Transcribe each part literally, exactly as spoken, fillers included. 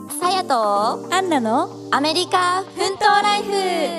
さやとアンナのアメリカ奮闘ライフ。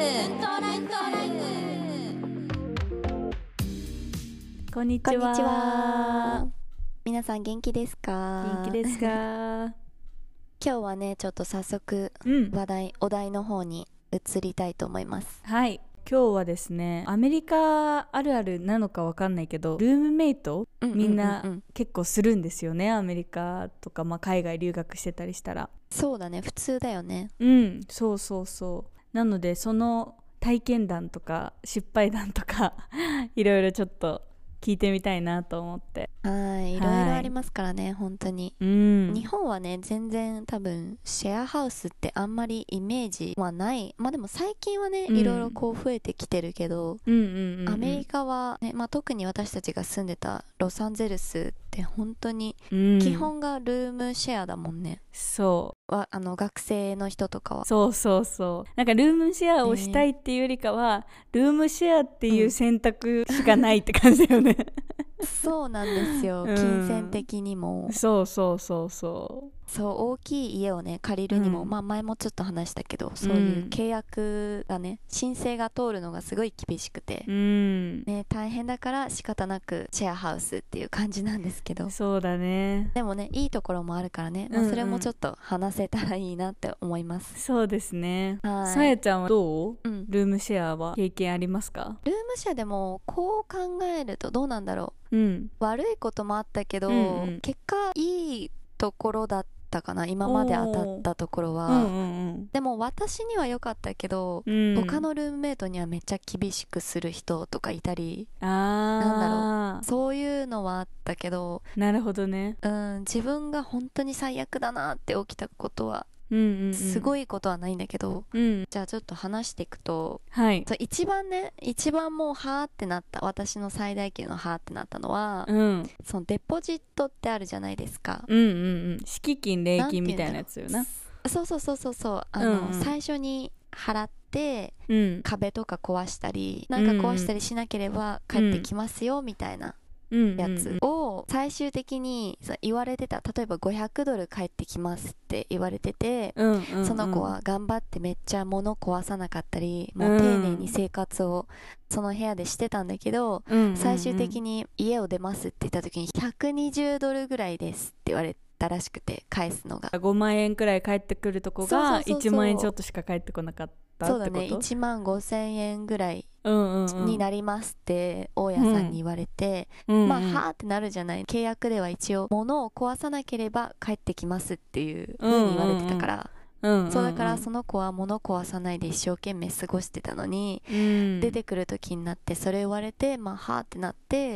こんにちは。 こんにちは。皆さん元気ですか？ 元気ですか？ 今日はね、ちょっと早速うん話題、お題の方に移りたいと思います。 はい、今日はですね、アメリカあるあるなのかわかんないけど、ルームメイトうんうんうんうんみんな結構するんですよね。アメリカとか、まあ、海外留学してたりしたら。 そうだね、普通だよね。 うんそうそうそう。なのでその体験談とか失敗談とかいろいろちょっと聞いてみたいなと思って。 はい、いろいろありますからね、本当に。 うん日本はね、全然多分シェアハウスってあんまりイメージはない。まあでも最近はね、 うんいろいろこう増えてきてるけど、 うんうんうんうん、 アメリカはね、まあ、特に私たちが住んでたロサンゼルスって本当にうん基本がルームシェアだもんね。 そうわあの学生の人とかは。 そうそうそう。なんかルームシェアをしたいっていうよりかは、ルームシェアっていう選択しかないって感じだよね。 そうなんですよ、 うん金銭的にも。 そうそうそうそそう大きい家をね借りるにも、 うんまあ前もちょっと話したけど、そういう契約がね、申請が通るのがすごい厳しくて、 う。うんね、大変だから仕方なくシェアハウスっていう感じなんですけど、 そうだね。 でもねいいところもあるからね、まあ、 うんうんそれもちょっと話せたらいいなって思います。 そうですね。 はいさやちゃんはどう？ うん、 ルームシェアは経験ありますか？ ルームシェアでもこう考えるとどうなんだろうんう、悪いこともあったけど、 うんうん結果いいところだったかな、今まで当たったところは、 うんうんうんでも私には良かったけど、 うん他のルームメイトにはめっちゃ厳しくする人とかいたり、 あーなんだろう、そういうのはあったけど、 なるほどね。 うん、自分が本当に最悪だなって起きたことはうんうんうんすごいことはないんだけど、 うんじゃあちょっと話していくと、 はいそう一番ね一番もうはーってなった、私の最大級のはーってなったのは、 うんそのデポジットってあるじゃないですか。 うんうんうん敷金礼金みたいなやつよな。 そうそうそうそうそう、あの、 うんうん最初に払ってうん壁とか壊したりなんか壊したりしなければ帰ってきますよみたいなうんやつを最終的にそう言われてた。例えばごひゃくドル返ってきますって言われてて、 うんうんうん、 その子は頑張ってめっちゃ物壊さなかったり、もう丁寧に生活をその部屋でしてたんだけど、 うんうんうん、 最終的に家を出ますって言った時にひゃくにじゅうドルぐらいですって言われたらしくて、返すのがごまん円くらい返ってくるとこがそうそうそうそういちまん円ちょっとしか返ってこなかったってこと？ そうだね、いちまんごせんえんぐらいうんうんうん、 になりますって大家さんに言われて、 うんうん、 まあはーってなるじゃない。契約では一応物を壊さなければ帰ってきますっていう風に言われてたから、 うんうんうん、 そうだからその子は物壊さないで一生懸命過ごしてたのに、 うん、 出てくる時になってそれ言われて、まあはーってなって、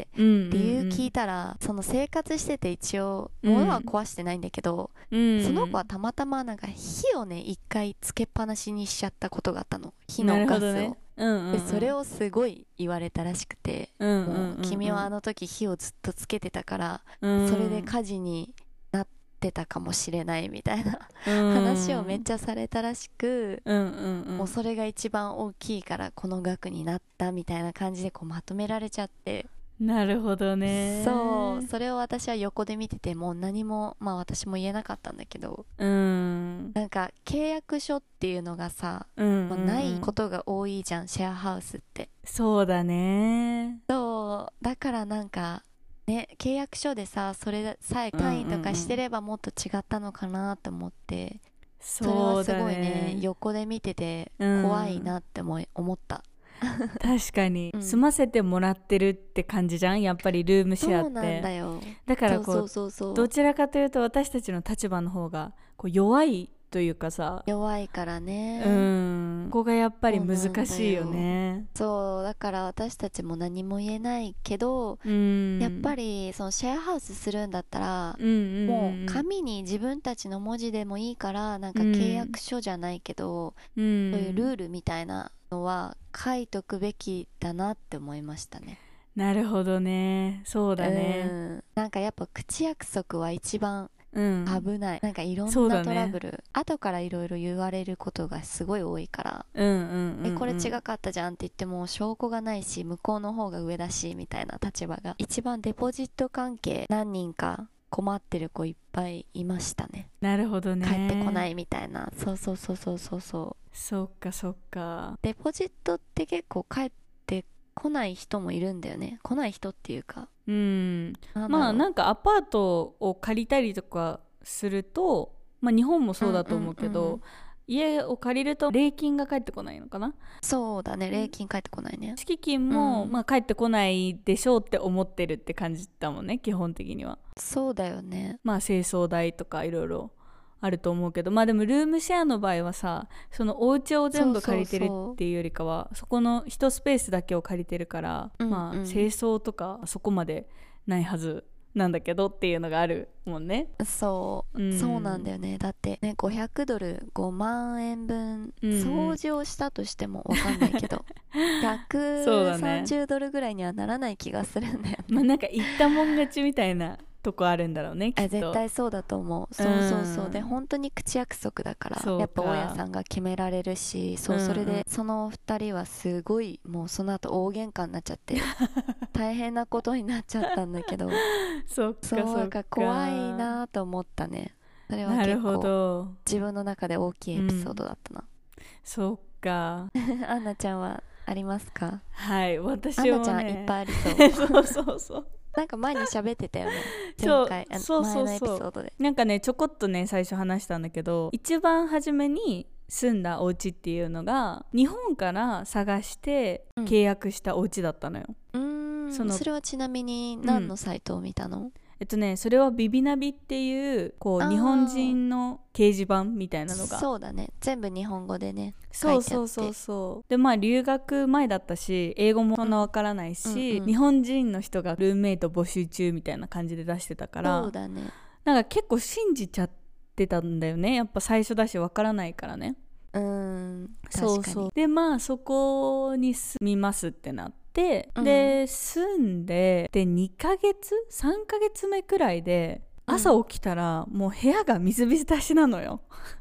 うんうんうん、 理由聞いたら、その生活してて一応物は壊してないんだけど、 うん、 その子はたまたまなんか火をね一回つけっぱなしにしちゃったことがあったの、火のガスを、 ね、うんうんうん、 でそれをすごい言われたらしくて、 うんうんうんうん、 もう君はあの時火をずっとつけてたから、 うん、 それで火事になってたかもしれないみたいな、うん、話をめっちゃされたらしく、 うんうんうん、 もうそれが一番大きいからこの額になったみたいな感じでこうまとめられちゃって。 なるほどね。 そう、それを私は横で見ててもう何も、まあ私も言えなかったんだけど、 うん、 なんか契約書っていうのがさ、 うんうんうん、 もうないことが多いじゃん、シェアハウスって。 そうだね。 そうだからなんかね、契約書でさそれさえ単位とかしてればもっと違ったのかなと思って、それはすごいね、横で見てて怖いなって思い、うん、思った確かに、 うん、 住ませてもらってるって感じじゃん、やっぱりルームシェアって。 そうなんだよ。 だからこう、 そうそうそうそう、 どちらかというと私たちの立場の方がこう弱いというかさ、 弱いからね、 うん、ここがやっぱり難しいよね。 そうだから私たちも何も言えないけど、 うん、 やっぱりそのシェアハウスするんだったら、 うんうんうん、 もう紙に自分たちの文字でもいいから、なんか契約書じゃないけど、うん、そういうルールみたいなのは書いとくべきだなって思いましたね。 なるほどね、そうだね、 うん、なんかやっぱ口約束は一番危ない、うん、なんかいろんなトラブル、ね、後からいろいろ言われることがすごい多いから、 うんうんうんうん、 えこれ違かったじゃんって言っても証拠がないし向こうの方が上だしみたいな立場が、一番デポジット関係何人か困ってる子いっぱいいましたね。 なるほどね。 帰ってこないみたいな。そうそうそうそうそうそう。 そっかそっか。 デポジットって結構帰ってこない人もいるんだよね。来ない人っていうか、 うん、 なんだろう、 まあなんかアパートを借りたりとかすると、まあ日本もそうだと思うけど、 うんうんうん、 家を借りると礼金が返ってこないのかな。 そうだね、礼金返ってこないね。 敷金も、 うん、 まあ返ってこないでしょうって思ってるって感じだもんね、基本的には。 そうだよね。 まあ清掃代とかいろいろあると思うけど、まあでもルームシェアの場合はさ、そのお家を全部借りてるっていうよりかは、そこの一スペースだけを借りてるから、 うんうん、 まあ清掃とかそこまでないはずなんだけどっていうのがあるもんね。 そう、うん、そうなんだよね。だってね、ごひゃくドルごまんえんぶん掃除をしたとしてもわかんないけど、うん、ひゃくさんじゅうドルぐらいにはならない気がするんだよね。 まあなんか言ったもん勝ちみたいなとこあるんだろうね、きっと。 絶対そうだと思う。そうそうそう、うん、で本当に口約束だからやっぱ大家さんが決められるし、そう、それでそのふたりはすごいもうその後大喧嘩になっちゃって大変なことになっちゃったんだけどそっかそっか、 そう、なんか怖いなと思ったね。それは結構自分の中で大きいエピソードだったな、うん、 そっかアンナちゃんはありますか？ はい、私はね、 アンナちゃんいっぱいありそうそうそうそうなんか前に喋ってたよね、前回。 そうそうそうそう、 前のエピソードでなんかねちょこっとね最初話したんだけど、一番初めに住んだお家っていうのが日本から探して契約したお家だったのよ、 うん、そ, それはちなみに何のサイトを見たの？うん、 えっとねそれはビビナビっていうこう日本人の掲示板みたいなのが、 そうだね、全部日本語でねそうそうそうそうで、まあ留学前だったし英語もそんなわからないし、うんうんうん、日本人の人がルームメイト募集中みたいな感じで出してたから、 そうだね、 なんか結構信じちゃってたんだよね、やっぱ最初だしわからないからね。 うーん、確かに。 そうそうでまあそこに住みますってなって、うん、で住んででにかげつさんかげつめくらいで朝起きたら、うん、もう部屋が水浸しなのよ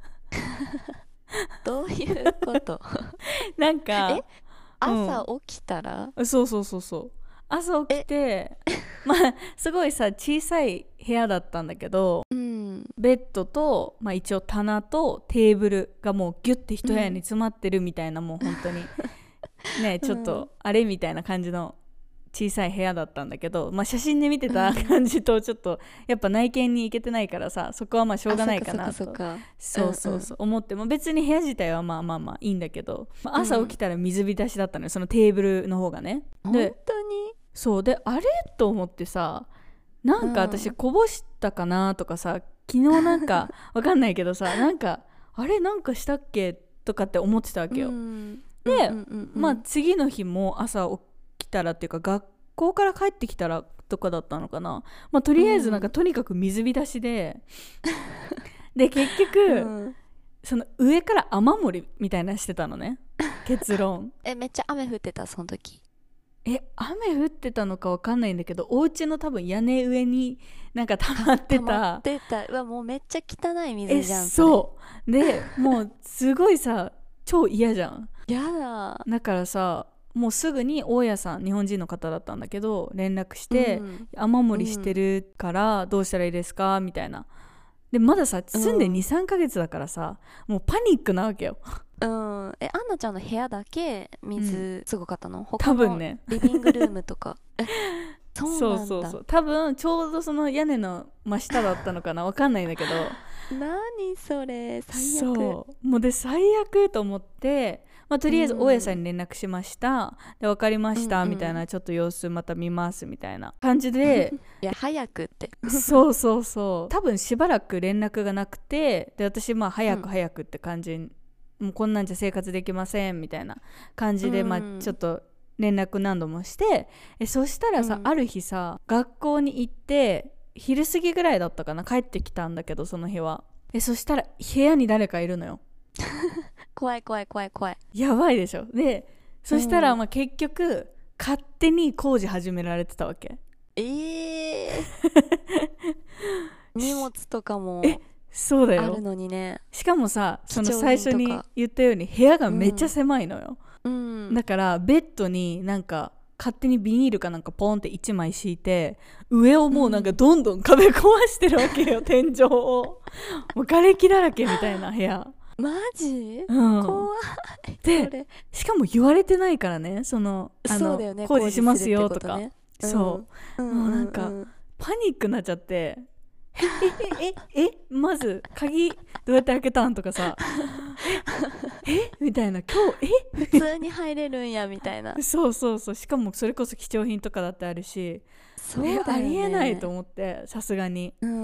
どういうことなんかえ朝起きたら、 うん、そうそうそうそう朝起きてまあすごいさ小さい部屋だったんだけど、うん、ベッドと、まあ、一応棚とテーブルがもうギュッて一部屋に詰まってるみたいな、うん、もう本当にねちょっとあれみたいな感じの小さい部屋だったんだけど、まあ、写真で見てた感じとちょっとやっぱ内見に行けてないからさ、そこはまあしょうがないかなとそうそうそうそう思っても、別に部屋自体はまあまあまあいいんだけど、まあ、朝起きたら水浸しだったのよ、そのテーブルの方がね。で本当にそうであれと思ってさ、なんか私こぼしたかなとかさ、昨日なんかわかんないけどさなんかあれなんかしたっけとかって思ってたわけよ、うん、で、うんうんうん、まあ次の日も朝起きたらっていうか学校から帰ってきたらとかだったのかな、まあとりあえずなんかとにかく水浸しで、うん、で結局、うん、その上から雨漏りみたいなしてたのね結論えめっちゃ雨降ってたその時？ え雨降ってたのか分かんないんだけど、お家の多分屋根上になんか溜まってた溜まってた、うわもうめっちゃ汚い水じゃん。 えそうでもうすごいさ超嫌じゃん。 やだ。 だからさもうすぐに大家さん、日本人の方だったんだけど連絡して、うん、雨漏りしてるからどうしたらいいですかみたいな。でまださ住んで にさんかげつだからさ、もうパニックなわけよ。 うん、えアンナちゃんの部屋だけ水すごかったの？うん、他多分ねリビングルームとかえそうなんだ。 そうそうそう多分ちょうどその屋根の真下だったのかなわかんないんだけど何それ最悪。 そうもうで最悪と思って、まあ、とりあえず大家さんに連絡しました、うん、で分かりました、うんうん、みたいな、ちょっと様子また見ますみたいな感じでいや早くってそうそうそう多分しばらく連絡がなくて、で私まあ早く早くって感じ、うん、もうこんなんじゃ生活できませんみたいな感じで、うん、まあちょっと連絡何度もして、えそしたらさ、うん、ある日さ学校に行って昼過ぎぐらいだったかな、帰ってきたんだけどその日は、えそしたら部屋に誰かいるのよ怖い怖い怖い怖いやばいでしょ。でそしたらまあ結局勝手に工事始められてたわけ。 えー荷物とかもえそうだよあるのにね。 しかもさその最初に言ったように部屋がめっちゃ狭いのよ、うん、だからベッドになんか勝手にビニールかなんかポンっていちまい敷いて、上をもうなんかどんどん壁壊してるわけよ、うん、天井をもう瓦礫だらけみたいな部屋。 マジ、 うん、 怖い。 でしかも言われてないからね、そのあのそうだよね、 工事しますよとか、 ね、 そう、うん、もうなんか、うんうん、パニックになっちゃってええええまず鍵どうやって開けたんとかさええみたいな、今日え普通に入れるんやみたいなそうそうそう、しかもそれこそ貴重品とかだってあるし、 そうだよね、 ありえないと思って、さすがに、 うん、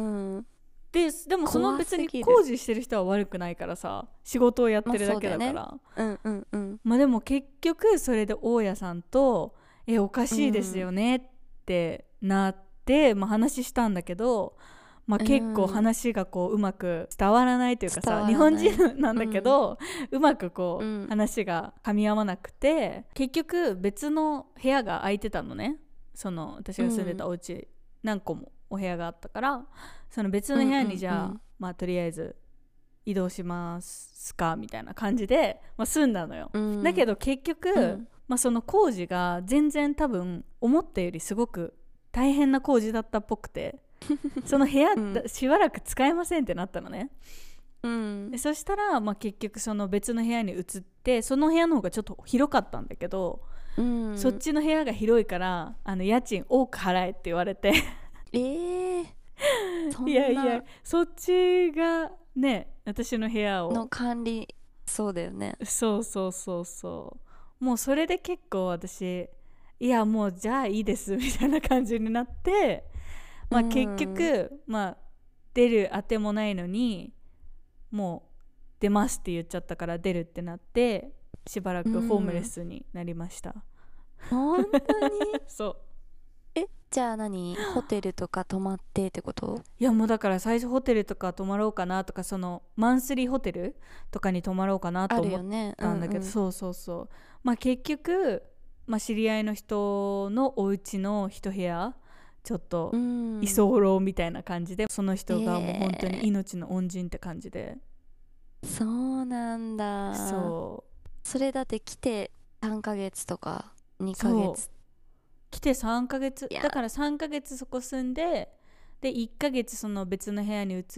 で, でもその別に工事してる人は悪くないからさ、仕事をやってるだけだから、 まあ、ね、うんうんうん、 まあでも結局それで大家さんとえおかしいですよねってなって、うん、まあ、話したんだけど、まあ、結構話がこううまく伝わらないというかさ、日本人なんだけど、うん、うまくこう、うん、話が噛み合わなくて、結局別の部屋が空いてたのね、その私が住んでたお家、うん、何個もお部屋があったから、その別の部屋にじゃあ、うんうんうん、まあとりあえず移動しますかみたいな感じで、まあ、住んだのよ、うん、だけど結局、うん、まあ、その工事が全然多分思ったよりすごく大変な工事だったっぽくてその部屋、うん、しばらく使えませんってなったのね、うん、でそしたら、まあ、結局その別の部屋に移って、その部屋の方がちょっと広かったんだけど、うん、そっちの部屋が広いからあの家賃多く払えって言われてえー、そんないやいや、そっちがね、私の部屋をの管理、そうだよね、 そうそうそうそう、もうそれで結構私いやもうじゃあいいですみたいな感じになって、まあ、結局、うん、まあ出るあてもないのにもう出ますって言っちゃったから出るってなって、しばらくホームレスになりました、 うん、本当にそうえじゃあ何ホテルとか泊まってってこと？ いやもうだから最初ホテルとか泊まろうかなとか、そのマンスリーホテルとかに泊まろうかなと思ったんだけど、ね、うんうん、そうそうそう、まあ結局、まあ、知り合いの人のお家の一部屋ちょっと居候みたいな感じで、その人がもう本当に命の恩人って感じで、 えー、そうなんだ。 そうそれだって来てさんかげつとかにかげつ来てさんかげつだからさんかげつそこ住んで、でいっかげつその別の部屋に移って、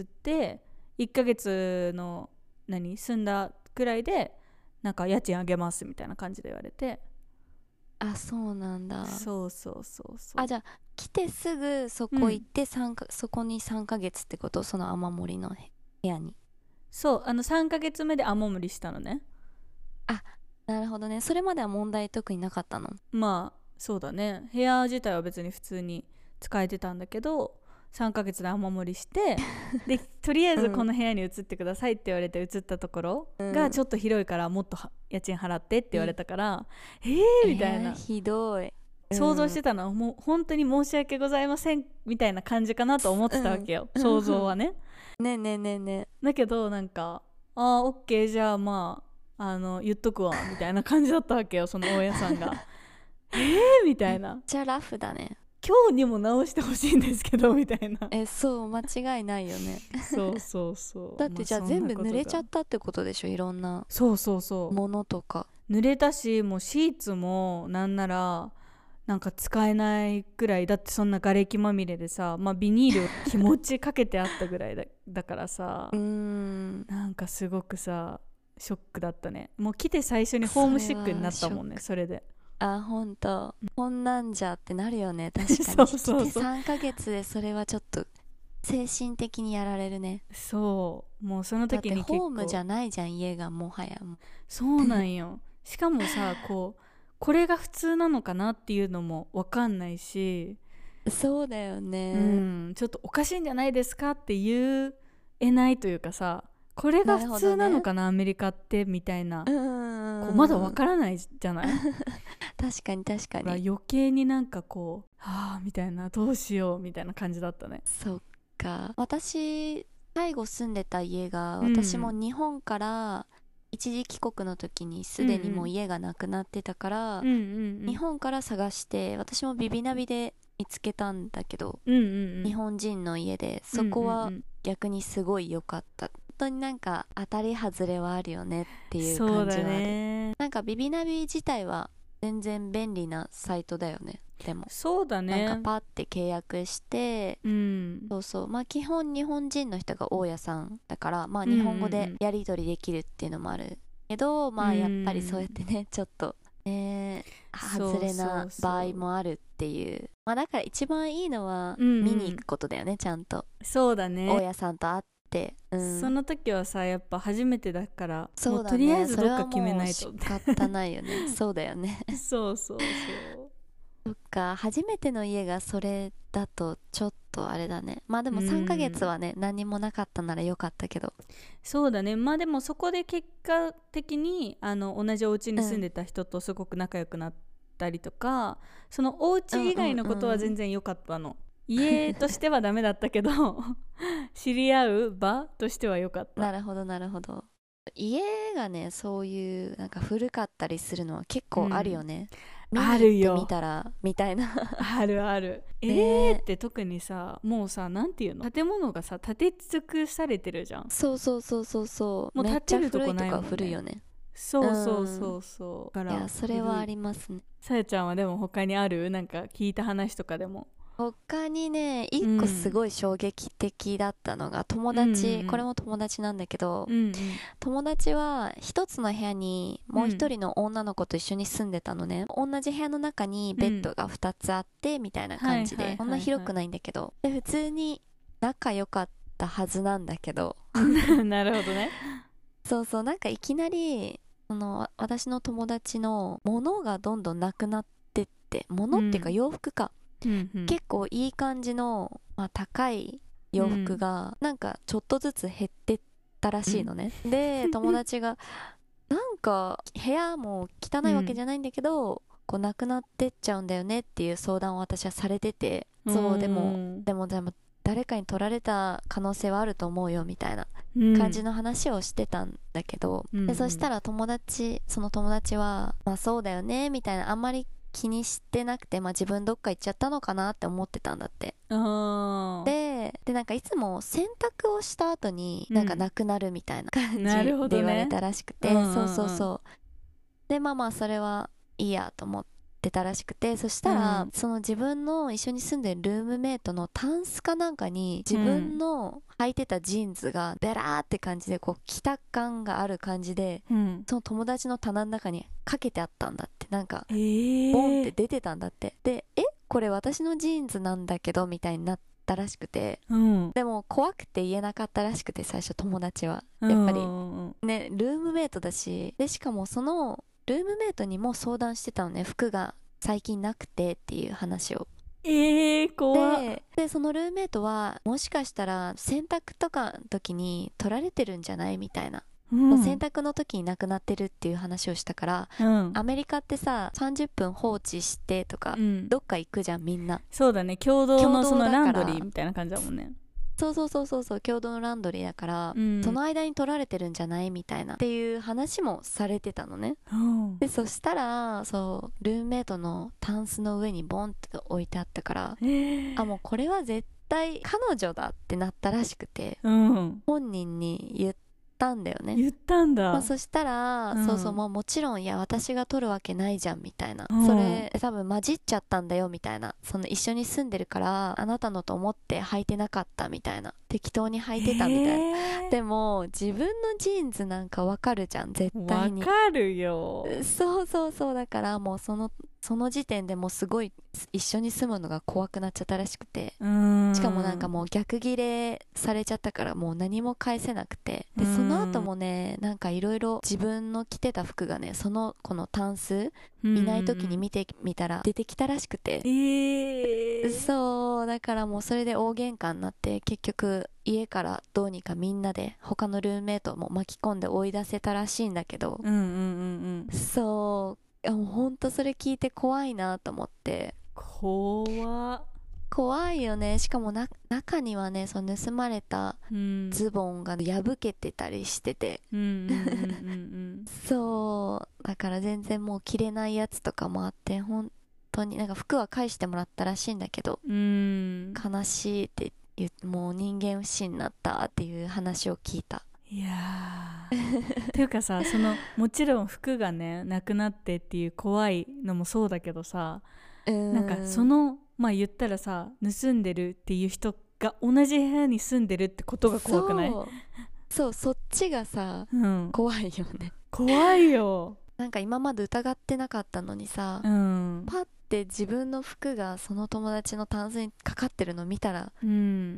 いっかげつの何住んだくらいでなんか家賃あげますみたいな感じで言われて、 あ、そうなんだ。 そうそうそうそう、 あ、じゃあ来てすぐそこ行って、うん、かそこにさんかげつってこと？その雨漏りの部屋に。 そう、あのさんかげつめで雨漏りしたのね。 あ、なるほどね。それまでは問題特になかったの？ まあそうだね、部屋自体は別に普通に使えてたんだけど、さんかげつで雨漏りしてでとりあえずこの部屋に移ってくださいって言われて移ったところがちょっと広いからもっと家賃払ってって言われたから、うん、えーみたいな、えー、 ひどい、 想像してたのはもう本当に申し訳ございませんみたいな感じかなと思ってたわけよ、うん、想像はねねえねえねえねえ、 だけどなんかあーオッケーじゃあまああの言っとくわみたいな感じだったわけよ、その大家さんがえーみたいな、 めっちゃラフだね、 今日にも直してほしいんですけどみたいな、 えそう間違いないよねそうそうそうだってじゃあ全部濡れちゃったってことでしょ、いろんなそうそうそうものとか濡れたし、もうシーツもなんならなんか使えないくらいだって、そんな瓦礫まみれでさ、まあ、ビニール気持ちかけてあったぐらい だ, だからさうーんなんかすごくさショックだったね。もう来て最初にホームシックになったもんね、それで。 あ、ほんとこんなんじゃってなるよね、確かにそうそうそう、来てさんかげつでそれはちょっと精神的にやられるね。 そうもうその時に結構だってホームじゃないじゃん、家がもはやもそうなんよしかもさこうこれが普通なのかなっていうのも分かんないし、 そうだよね、 うん、ちょっとおかしいんじゃないですかって言えないというかさ、これが普通なのかな、な、ね、アメリカってみたいな、うん、こうまだ分からないじゃない確かに確かに、 余計になんかこうはあみたいな、どうしようみたいな感じだったね。 そっか、私最後住んでた家が、私も日本から一時帰国の時にすでにもう家がなくなってたから、うんうん、日本から探して、私もビビナビで見つけたんだけど、うんうんうん、日本人の家で、そこは逆にすごい良かった、うんうんうん、本当になんか当たり外れはあるよねっていう感じはある。そうだね、なんかビビナビ自体は全然便利なサイトだよね。でもそうだね、 なんかパッて契約して、 うん、 そうそう、まあ基本日本人の人が大家さんだから、まあ日本語でやり取りできるっていうのもあるけど、うんうん、まあやっぱりそうやってね、ちょっとね外れな場合もあるっていう、まあだから一番いいのは見に行くことだよね、うんうん、ちゃんと。 そうだね、 大家さんと会って、うん、 その時はさやっぱ初めてだからそうだ、ね、もうとりあえずどっか決めないと。 それはもう仕方ないよねそうだよねそうそうそうそっか、初めての家がそれだとちょっとあれだね。まあでもさんかげつはね、何もなかったならよかったけど。 そうだね。まあでもそこで結果的にあの同じお家に住んでた人とすごく仲良くなったりとか、うん、そのお家以外のことは全然良かったの、うんうんうん、家としてはダメだったけど知り合う場としては良かった。 なるほどなるほど。家がねそういうなんか古かったりするのは結構あるよね、うん、見に行ってみたらみたいなあるあるえーって特にさもうさなんていうの建物がさ建て尽くされてるじゃん。 そうそうそうそうそうもう建てるとこないもんね。 めっちゃ古いとか古いよね。 そうそうそうそう、 うん、からいやそれはありますね。 さやちゃんはでも他にあるなんか聞いた話とかでも。 他にね一個すごい衝撃的だったのが友達、うんうん、これも友達なんだけど、うんうん、友達は一つの部屋にもう一人の女の子と一緒に住んでたのね、うん、同じ部屋の中にベッドがふたつあってみたいな感じで、そんな広くないんだけど、で普通に仲良かったはずなんだけどなるほどね。 そうそう、なんかいきなりその私の友達の物がどんどんなくなってって、物っていうか洋服か、うんうん、結構いい感じの、まあ、高い洋服がなんかちょっとずつ減ってったらしいのね、うん、で友達がなんか部屋も汚いわけじゃないんだけど、うん、こうなくなってっちゃうんだよねっていう相談を私はされてて、うん、そうでもでもでも誰かに取られた可能性はあると思うよみたいな感じの話をしてたんだけど、うん、でそしたら友達その友達はまあそうだよねみたいな、あんまり気にしてなくて、まあ、自分どっか行っちゃったのかなって思ってたんだって。ででなんかいつも洗濯をした後になんかなくなるみたいな感じで言われたらしくて、うんね、そうそうそうでまあまあそれはいいやと思ってたらしくて、そしたら、うん、その自分の一緒に住んでるルームメイトのタンスかなんかに自分の履いてたジーンズがベラーって感じでこう着た感がある感じで、うん、その友達の棚の中にかけてあったんだって。なんか、えー、ボンって出てたんだって。でえこれ私のジーンズなんだけどみたいになったらしくて、うん、でも怖くて言えなかったらしくて、最初友達はやっぱり、うんね、ルームメイトだし、でしかもそのルームメイトにも相談してたのね、服が最近なくてっていう話を。 えー、怖っ。 で、でそのルームメイトはもしかしたら洗濯とかの時に取られてるんじゃないみたいな、うん、洗濯の時になくなってるっていう話をしたから、うん、アメリカってささんじゅっぷん放置してとか、うん、どっか行くじゃんみんな。 そうだね、共同のそのランドリーみたいな感じだもんね。 そうそうそうそうそう、共同のランドリーだから、うん、その間に取られてるんじゃないみたいなっていう話もされてたのね、うん、でそしたらそうルームメイトのタンスの上にボンって置いてあったから、えー、あもうこれは絶対彼女だってなったらしくて、うん、本人に言ったんだよね。 言ったんだ、 まあ、そしたら、うん、そうそう、もうもちろんいや私が取るわけないじゃんみたいな、うん、それ多分混じっちゃったんだよみたいな、その一緒に住んでるからあなたのと思って履いてなかったみたいな、適当に履いてたみたいな、えー、でも自分のジーンズなんかわかるじゃん絶対に。 わかるよ。 そうそうそう、だからもうそのその時点でもうすごい一緒に住むのが怖くなっちゃったらしくて、しかもなんかもう逆ギレされちゃったからもう何も返せなくて、でその後もねなんかいろいろ自分の着てた服がねそのこのタンスいない時に見てみたら出てきたらしくて、えー、そうだからもうそれで大喧嘩になって結局家からどうにかみんなで他のルームメイトも巻き込んで追い出せたらしいんだけど、うんうんうんうん、そうもうほんとそれ聞いて怖いなと思って。 怖怖いよね。しかもな中にはねその盗まれたズボンが破けてたりしてて、そうだから全然もう着れないやつとかもあって、本当になんか服は返してもらったらしいんだけど、うん悲しいって言ってもう人間不信になったっていう話を聞いた。 いやーというかさ、そのもちろん服がねなくなってっていう怖いのもそうだけどさ、なんかそのまあ言ったらさ、盗んでるっていう人が同じ部屋に住んでるってことが怖くない？ そうそうそっちがさ、 うん、 怖いよね。 怖いよ。なんか今まで疑ってなかったのにさ、 うん、 パッて自分の服がその友達のタンスにかかってるの見たら、 うん、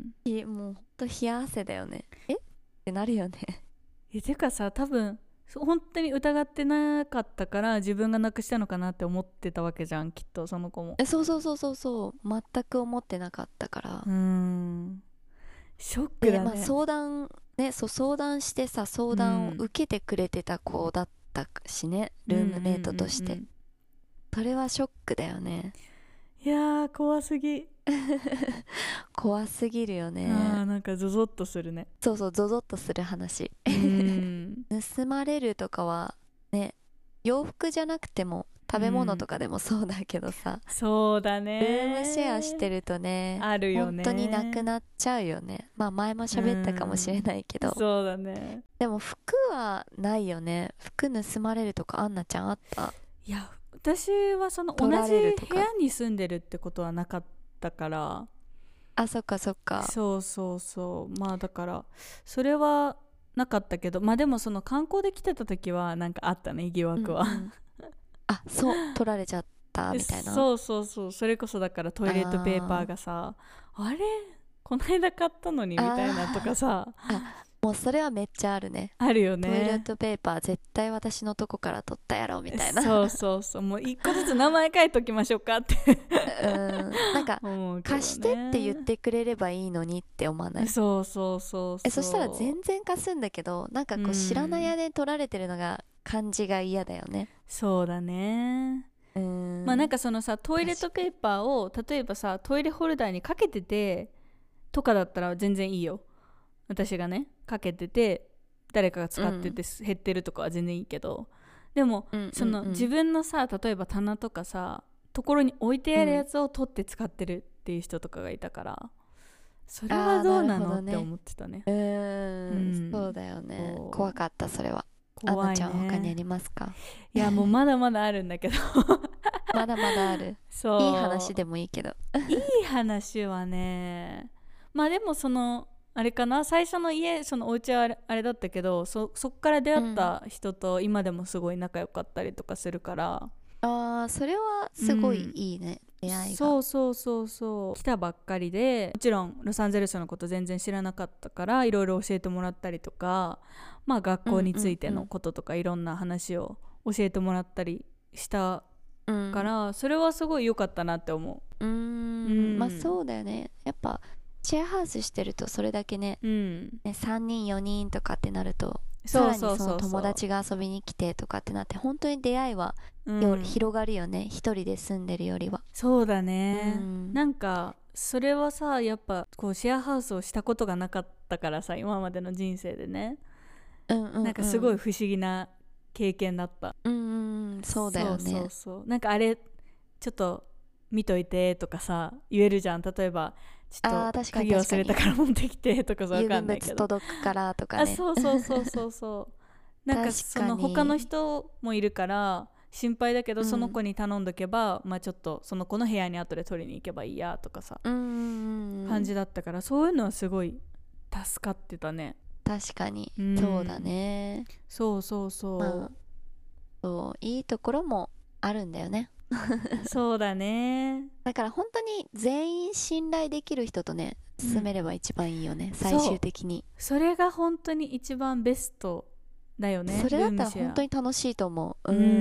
もうほんと冷や汗だよね。えってなるよね。 えてかさ、多分本当に疑ってなかったから自分がなくしたのかなって思ってたわけじゃん、きっとその子も。 えそうそうそうそうそう、全く思ってなかったから。 うーん、ショックだね。 で、まあ、相談ね、そう相談してさ、相談を受けてくれてた子だったしね、ルームメイトとして、うんうんうんうん、それはショックだよね。 いやー怖すぎ怖すぎるよね。 あーなんかゾゾッとするね。 そうそう、ゾゾッとする話。うん盗まれるとかはね、洋服じゃなくても食べ物とかでもそうだけどさ、 うん、そうだね、 ルームシェアしてるとね、 あるよね、 本当になくなっちゃうよね。まあ前も喋ったかもしれないけど、うん、 そうだね。 でも服はないよね。服盗まれるとかアンナちゃんあった？ いや私はその同じ部屋に住んでるってことはなかったから。 あ、そっかそっか。 そうそうそう、まあだからそれはなかったけど、まあでもその観光で来てた時はなんかあったね、疑惑は、うんうん、 あ、そう取られちゃったみたいな。 そうそうそう、それこそだからトイレットペーパーがさ、あれこの間買ったのにみたいなとかさ、 あもうそれはめっちゃあるね。 あるよね。 トイレットペーパー絶対私のとこから取ったやろみたいな。 そうそうそう、もう一個ずつ名前書いときましょうかってうんなんか、ね、貸してって言ってくれればいいのにって思わない？ そうそうそうそう。 えそしたら全然貸すんだけど、なんかこう知らない間で取られてるのが感じが嫌だよね。 そうだね。うんまあなんかそのさ、トイレットペーパーを例えばさトイレホルダーにかけててとかだったら全然いいよ。私がねかけてて誰かが使ってて減ってるとかは全然いいけど、でも、うん、その自分のさ例えば棚とかさところに置いてあるやつを取って使ってるっていう人とかがいたから、それはどうなの、ね、って思ってたね。 うーん、うん、そうだよね。怖かった。それは怖いね。アンナちゃん他にありますか？ いやもうまだまだあるんだけどまだまだある。そういい話でもいいけどいい話はね、まあでもそのあれかな、最初の家そのお家はあれ、あれだったけど そ, そっから出会った人と今でもすごい仲良かったりとかするから、 うん、あーそれはすごいいいね、うん、出会いが。 そうそうそうそう、来たばっかりでもちろんロサンゼルスのこと全然知らなかったからいろいろ教えてもらったりとか、まあ学校についてのこととかいろんな話を教えてもらったりしたから、うん、それはすごい良かったなって思う。うーん、うん、まあそうだよね。やっぱシェアハウスしてるとそれだけ ね,、うん、ねさんにんよにんとかってなると、さらにその友達が遊びに来てとかってなって本当に出会いは、うん、広がるよね、一人で住んでるよりは。そうだね、うん、 なんかそれはさやっぱこうシェアハウスをしたことがなかったからさ今までの人生でね、うんうんうん、なんかすごい不思議な経験だった。 うんうんそうだよね。 そうそうそう、なんかあれちょっと見といてとかさ言えるじゃん。例えばちょっと鍵忘れたから持ってきてとかさ、分かんないけど郵便物届くからとかね。 あそうそうそうそうそうなんかその他の人もいるから心配だけど、うん、その子に頼んどけば、まあ、ちょっとその子の部屋に後で取りに行けばいいやとかさ、うんうんうん、感じだったから、そういうのはすごい助かってたね。 確かに、うん、そうだね。 そうそうそう、まあ、 そういいところもあるんだよねそうだね。 だから本当に全員信頼できる人とね進めれば一番いいよね、うん、最終的に。 そ, それが本当に一番ベストだよね。 それだったら本当に楽しいと思う。うん、うん、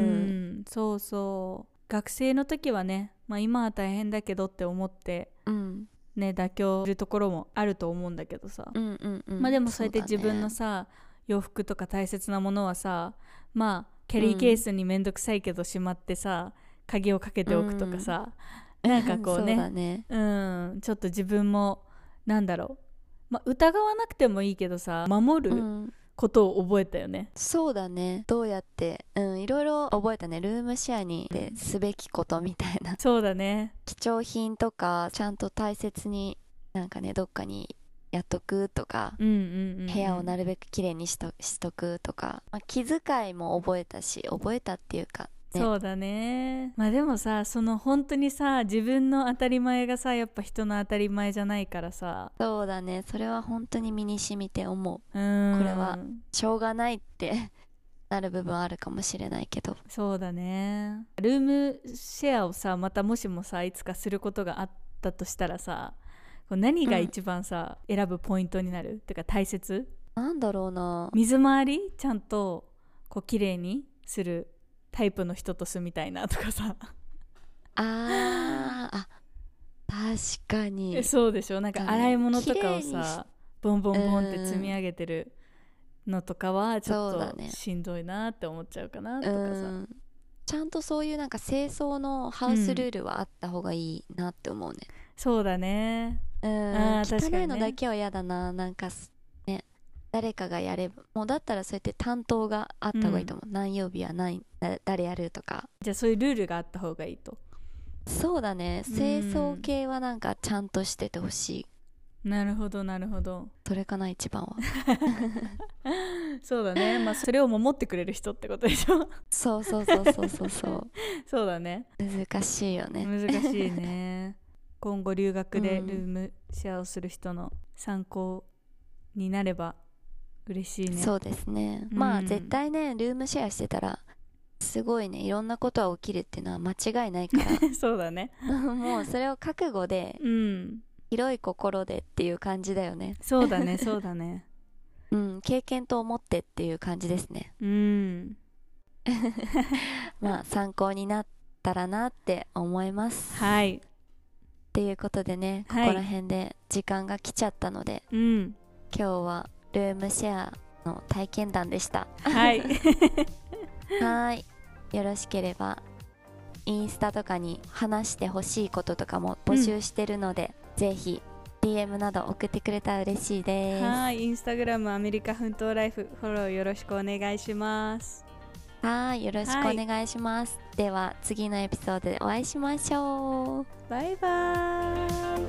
そうそう。学生の時はね、まあ、今は大変だけどって思って、うんね、妥協するところもあると思うんだけどさ、うんうんうん、まあでもそうやって自分のさ、ね、洋服とか大切なものはさ、まあキャリーケースにめんどくさいけどしまってさ、鍵をかけておくとかさ、うん、なんかこう ね, うね、うん、ちょっと自分もなんだろう、まあ、疑わなくてもいいけどさ守ることを覚えたよね、 うん、そうだね。どうやって、うん、いろいろ覚えたね。ルームシェアにですべきことみたいな。 そうだね。 貴重品とかちゃんと大切になんかねどっかにやっとくとか、 うんうんうんうん、 部屋をなるべくきれいにしと、しとくとか、まあ、気遣いも覚えたし、覚えたっていうか、 ね、そうだね。まあでもさ、その本当にさ、自分の当たり前がさ、やっぱ人の当たり前じゃないからさ。 そうだね、それは本当に身に染みて思う。うん、これはしょうがないってなる部分あるかもしれないけど。 そうだね。ルームシェアをさ、またもしもさ、いつかすることがあったとしたらさ、何が一番さ、うん、選ぶポイントになるってか大切？ なんだろうな、 水回りちゃんとこう綺麗にするタイプの人と住みたいなとかさあーあ、確かにそうでしょ。なんか洗い物とかをさボンボンボンって積み上げてるのとかはちょっとしんどいなって思っちゃうかなとかさ、うん、 ちゃんとそういうなんか清掃のハウスルールはあった方がいいなって思うね、うん、 そうだね。 うん、あ、汚いのだけは嫌だな。なんかね、誰かがやれば、もうだったらそうやって担当があった方がいいと思う、うん、何曜日は何誰やるとか。 じゃあそういうルールがあった方がいいと。 そうだね、清掃系はなんかちゃんとしててほしい、 うん、なるほどなるほど。 それかな一番はそうだね、まあそれを守ってくれる人ってことでしょそうそうそうそうそうそうそうだね、 難しいよね。 難しいね今後留学でルームシェアをする人の参考になれば嬉しいね。 そうですね、うん、まあ絶対ねルームシェアしてたらすごいねいろんなことは起きるっていうのは間違いないからそうだねもうそれを覚悟で、うん、広い心でっていう感じだよね。 そうだねそうだねうん、経験と思ってっていう感じですね。うんまあ参考になったらなって思います。 はい、 っていうことでね、ここら辺で時間が来ちゃったので、はい、今日はルームシェアの体験談でした。 はいはい、よろしければインスタとかに話してほしいこととかも募集してるので、うん、ぜひ ディーエム など送ってくれたら嬉しいです。 はい、インスタグラムアメリカ奮闘ライフフォローよろしくお願いします。 はい、よろしくお願いします。はい、では次のエピソードでお会いしましょう。 バイバーイ。